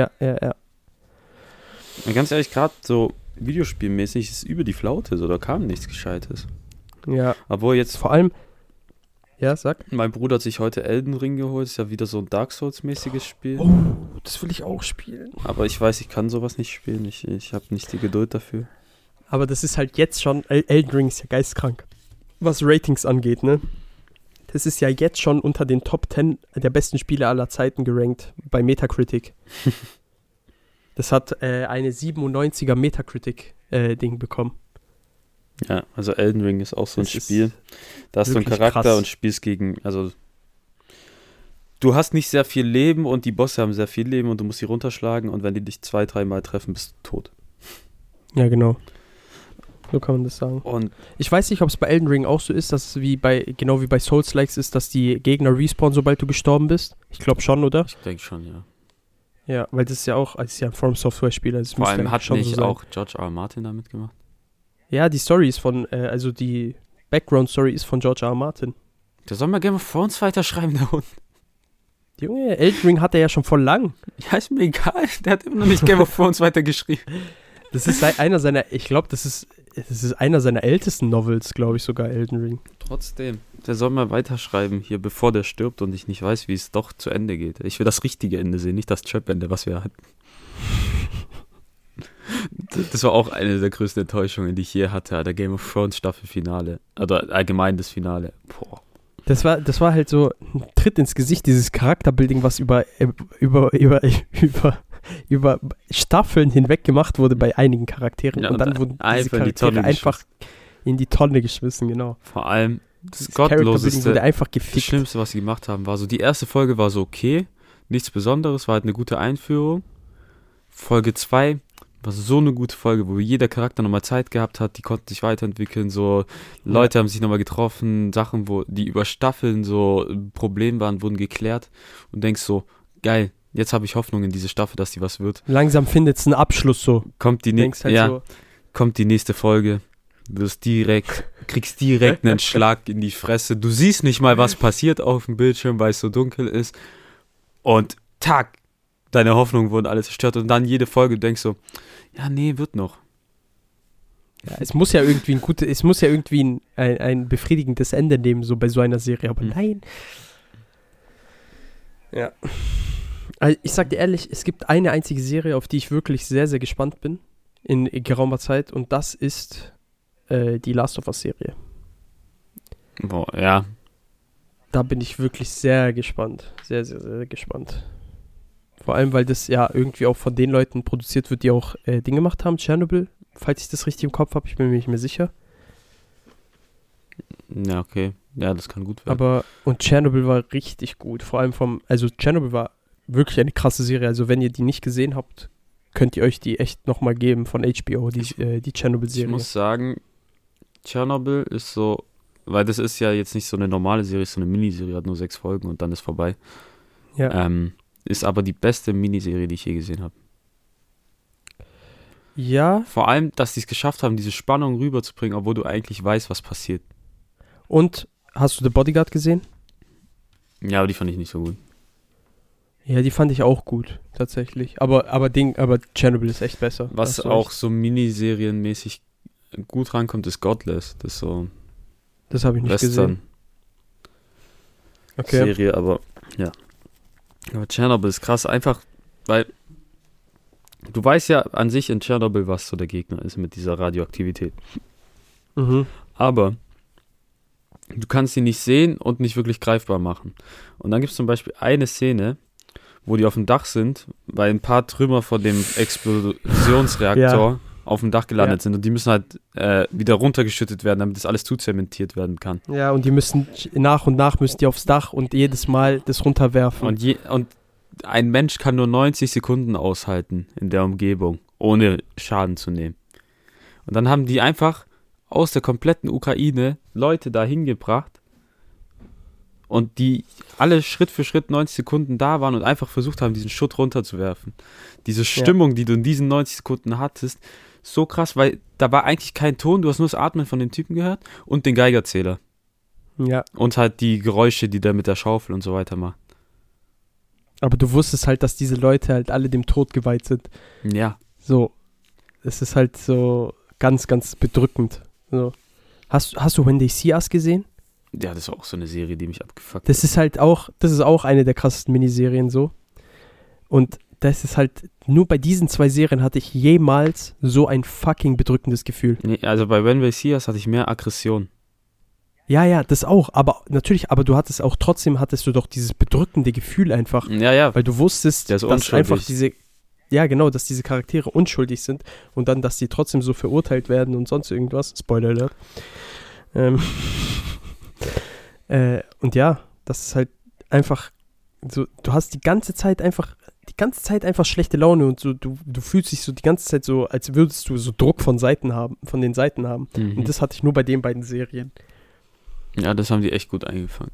Und ganz ehrlich, gerade so videospielmäßig ist über die Flaute, so, da kam nichts Gescheites. Ja, Obwohl jetzt, vor allem, ja, sag. mein Bruder hat sich heute Elden Ring geholt, ist ja wieder so ein Dark Souls-mäßiges Spiel. Oh, das will ich auch spielen. Aber ich weiß, ich kann sowas nicht spielen, ich habe nicht die Geduld dafür. Aber das ist halt jetzt schon, Elden Ring ist ja geistkrank. Was Ratings angeht, ne? Das ist ja jetzt schon unter den Top 10 der besten Spiele aller Zeiten gerankt bei Metacritic. Das hat eine 97er Metacritic-Ding bekommen. Ja, also Elden Ring ist auch so ein Das ist Spiel. Da hast du einen wirklich Charakter krass. und spielst gegen, also du hast nicht sehr viel Leben und die Bosse haben sehr viel Leben und du musst sie runterschlagen und wenn die dich 2-3 Mal treffen, bist du tot. Ja, genau. So kann man das sagen. Und Ich weiß nicht, ob es bei Elden Ring auch so ist, dass es genau wie bei Souls-Likes ist, dass die Gegner respawnen, sobald du gestorben bist. Ich glaube schon, oder? ich denke schon, ja. Ja, weil das ist ja auch, es ist ja ein From Software-Spiel. Also es Vor müsste allem eigentlich hat schon nicht so sein. auch George R. R. Martin da mitgemacht. Ja, die Story ist von, also die Background-Story ist von George R. R. Martin. Der soll mal Game of Thrones weiterschreiben, der Hund. Junge, Elden Ring hat er ja schon voll lang. Ja, ist mir egal. Der hat immer noch nicht Game of Thrones weitergeschrieben. Das ist einer seiner, ich glaube, das ist einer seiner ältesten Novels, glaube ich, sogar Elden Ring. Trotzdem. Der soll mal weiterschreiben hier, bevor der stirbt und ich nicht weiß, wie es doch zu Ende geht. Ich will das richtige Ende sehen, nicht das Trap-Ende, was wir hatten. Das war auch eine der größten Enttäuschungen, die ich je hatte, der Game of Thrones Staffelfinale. Oder allgemein das Finale. Boah. Das war halt so ein Tritt ins Gesicht, dieses Charakterbuilding, was über Staffeln hinweg gemacht wurde bei einigen Charakteren. Ja, und dann wurden diese Charaktere einfach in die Tonne geschmissen, genau. Vor allem das Charakterbuilding Gottloseste, wurde einfach das gefickt. Schlimmste, was sie gemacht haben, war so, die erste Folge war so okay, nichts Besonderes, war halt eine gute Einführung. Folge 2 war so eine gute Folge, wo jeder Charakter nochmal Zeit gehabt hat, die konnten sich weiterentwickeln, so Leute haben sich nochmal getroffen, Sachen, die über Staffeln so ein Problem waren, wurden geklärt und denkst so, geil, jetzt habe ich Hoffnung in diese Staffel, dass die was wird. Langsam findet es einen Abschluss so. Kommt die, Denkst halt so, kommt die nächste Folge, kriegst direkt einen Schlag in die Fresse, du siehst nicht mal, was passiert auf dem Bildschirm, weil es so dunkel ist und tack, deine Hoffnungen wurden alle zerstört und dann jede Folge denkst so, ja, nee, wird noch. ja, es muss ja irgendwie ein befriedigendes Ende nehmen, so bei so einer Serie, aber nein. Ja. Also ich sag dir ehrlich, es gibt eine einzige Serie, auf die ich wirklich sehr, sehr gespannt bin in geraumer Zeit und das ist die Last of Us Serie. Boah, ja. Da bin ich wirklich sehr gespannt. Sehr, sehr, sehr gespannt. Vor allem, weil das ja irgendwie auch von den Leuten produziert wird, die auch Dinge gemacht haben. Chernobyl, falls ich das richtig im Kopf habe, ich bin mir nicht mehr sicher. Ja, okay. Ja, das kann gut werden. Und Chernobyl war richtig gut. Vor allem also Chernobyl war wirklich eine krasse Serie. Also wenn ihr die nicht gesehen habt, könnt ihr euch die echt nochmal geben von HBO, die Chernobyl-Serie. Ich muss sagen, Chernobyl ist so, weil das ist ja jetzt nicht so eine normale Serie, ist so eine Miniserie, hat nur 6 Folgen und dann ist vorbei. Ja. Ist aber die beste Miniserie, die ich je gesehen habe. Ja, Vor allem, dass die es geschafft haben, diese Spannung rüberzubringen, obwohl du eigentlich weißt, was passiert. und hast du The Bodyguard gesehen? Ja, aber die fand ich nicht so gut. Ja, die fand ich auch gut, tatsächlich. Aber Chernobyl ist echt besser. Was Hast du auch recht. so miniserienmäßig gut rankommt, ist Godless. Das ist so Das habe ich nicht gesehen. Western-Serie, Okay. aber ja. Aber Tschernobyl ist krass, einfach, weil du weißt ja an sich in Tschernobyl, was so der Gegner ist mit dieser Radioaktivität. Mhm. Aber du kannst sie nicht sehen und nicht wirklich greifbar machen. Und dann gibt es zum Beispiel eine Szene, wo die auf dem Dach sind, weil ein paar Trümmer von dem Explosionsreaktor auf dem Dach gelandet sind und die müssen halt wieder runtergeschüttet werden, damit das alles zuzementiert werden kann. Ja, und die müssen nach und nach müssen die aufs Dach und jedes Mal das runterwerfen. Und ein Mensch kann nur 90 Sekunden aushalten in der Umgebung, ohne Schaden zu nehmen. Und dann haben die einfach aus der kompletten Ukraine Leute dahin gebracht und die alle Schritt für Schritt 90 Sekunden da waren und einfach versucht haben, diesen Schutt runterzuwerfen. Diese Stimmung, die du in diesen 90 Sekunden hattest, so krass, weil da war eigentlich kein Ton, du hast nur das Atmen von dem Typen gehört und den Geigerzähler. Ja, Und halt die Geräusche, die der mit der Schaufel und so weiter macht. aber du wusstest halt, dass diese Leute halt alle dem Tod geweiht sind. Ja. So, es ist halt so ganz, ganz bedrückend. So. Hast du When They See Us gesehen? Ja, das ist auch so eine Serie, die mich abgefuckt Das ist auch eine der krassesten Miniserien so. Und das ist halt, nur bei diesen 2 Serien hatte ich jemals so ein fucking bedrückendes Gefühl. Nee, also bei When We See Us hatte ich mehr Aggression. Ja, das auch, aber natürlich, aber hattest du doch dieses bedrückende Gefühl einfach, Ja, weil du wusstest, Der ist dass unschuldig. einfach dass diese Charaktere unschuldig sind und dann, dass die trotzdem so verurteilt werden und sonst irgendwas. Spoiler Alert. Und ja, das ist halt einfach so, du hast die ganze Zeit einfach schlechte Laune und so, du fühlst dich so die ganze Zeit so, als würdest du so Druck von den Seiten haben. Mhm. Und das hatte ich nur bei den beiden Serien. Ja, das haben die echt gut eingefangen.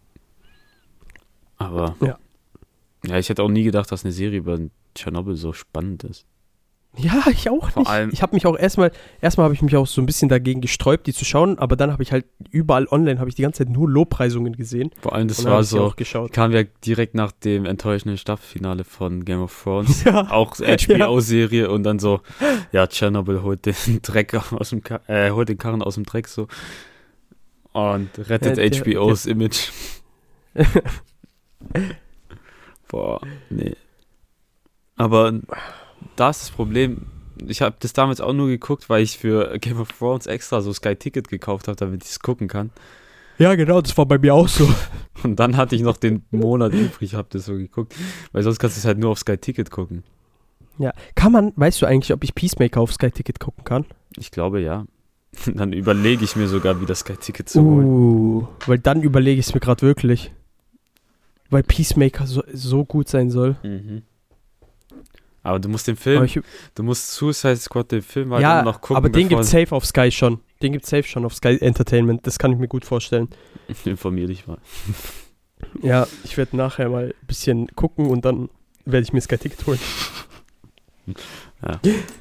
Aber ja, ich hätte auch nie gedacht, dass eine Serie über Tschernobyl so spannend ist. Ja, ich auch Vor nicht. allem- Ich habe mich auch erstmal habe ich mich auch so ein bisschen dagegen gesträubt, die zu schauen, aber dann habe ich halt überall online die ganze Zeit nur Lobpreisungen gesehen. Vor allem, das Und dann war hab ich die so, auch geschaut. kam ja direkt nach dem enttäuschenden Staffelfinale von Game of Thrones. Ja. Auch HBO-Serie und dann so, ja, Tschernobyl holt den Dreck holt den Karren aus dem Dreck so und rettet HBOs Image. Boah, nee. Aber das ist das Problem. Ich habe das damals auch nur geguckt, weil ich für Game of Thrones extra so Sky Ticket gekauft habe, damit ich es gucken kann. Ja, genau, das war bei mir auch so. Und dann hatte ich noch den Monat übrig, habe das so geguckt. Weil sonst kannst du es halt nur auf Sky Ticket gucken. Ja. Weißt du eigentlich, ob ich Peacemaker auf Sky Ticket gucken kann? Ich glaube, ja. Dann überlege ich mir sogar, wie das Sky Ticket zu holen. Weil dann überlege ich es mir gerade wirklich. Weil Peacemaker so gut sein soll. Mhm. Aber du musst den Film, Aber du musst Suicide Squad, den Film halt ja, immer noch gucken. aber den bevor- gibt's safe auf Sky schon. Den gibt's safe schon auf Sky Entertainment. Das kann ich mir gut vorstellen. Informier dich mal. Ja, ich werde nachher mal ein bisschen gucken und dann werde ich mir Sky Ticket holen. Ja.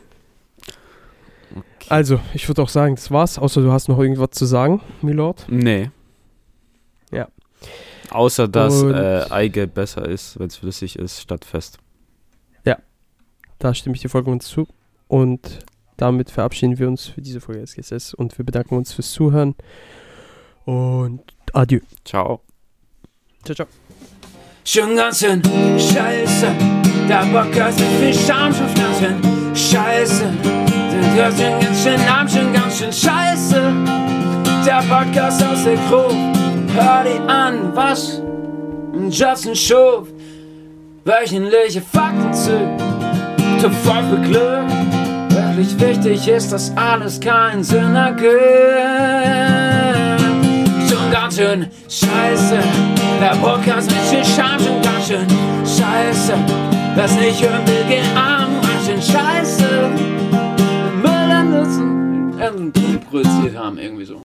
Also, ich würde auch sagen, das war's. Außer du hast noch irgendwas zu sagen, Milord. Nee. Ja. Außer, dass Und- Eigelb besser ist, wenn es flüssig ist, statt fest. Da stimme ich dir vollkommen zu. Und damit verabschieden wir uns für diese Folge SGSS und wir bedanken uns fürs Zuhören. Und adieu. Ciao. Ciao, ciao. Schon ganz schön scheiße, der Podcast mit viel Charme, schon ganz schön scheiße. Der schon ganz schön arm, schon ganz schön scheiße. Der Podcast aus der Gruppe, hör dir an, was Justin schuf. Wöchentliche Fakten zu voll für Glück. Wirklich wichtig ist, dass alles keinen Sinn ergibt. Schon ganz schön scheiße, der Podcast mit viel Charme, schon ganz schön scheiße. Wer's nicht hören will, geht arm, ganz schön scheiße. Müll an Nutzen produziert haben, irgendwie so.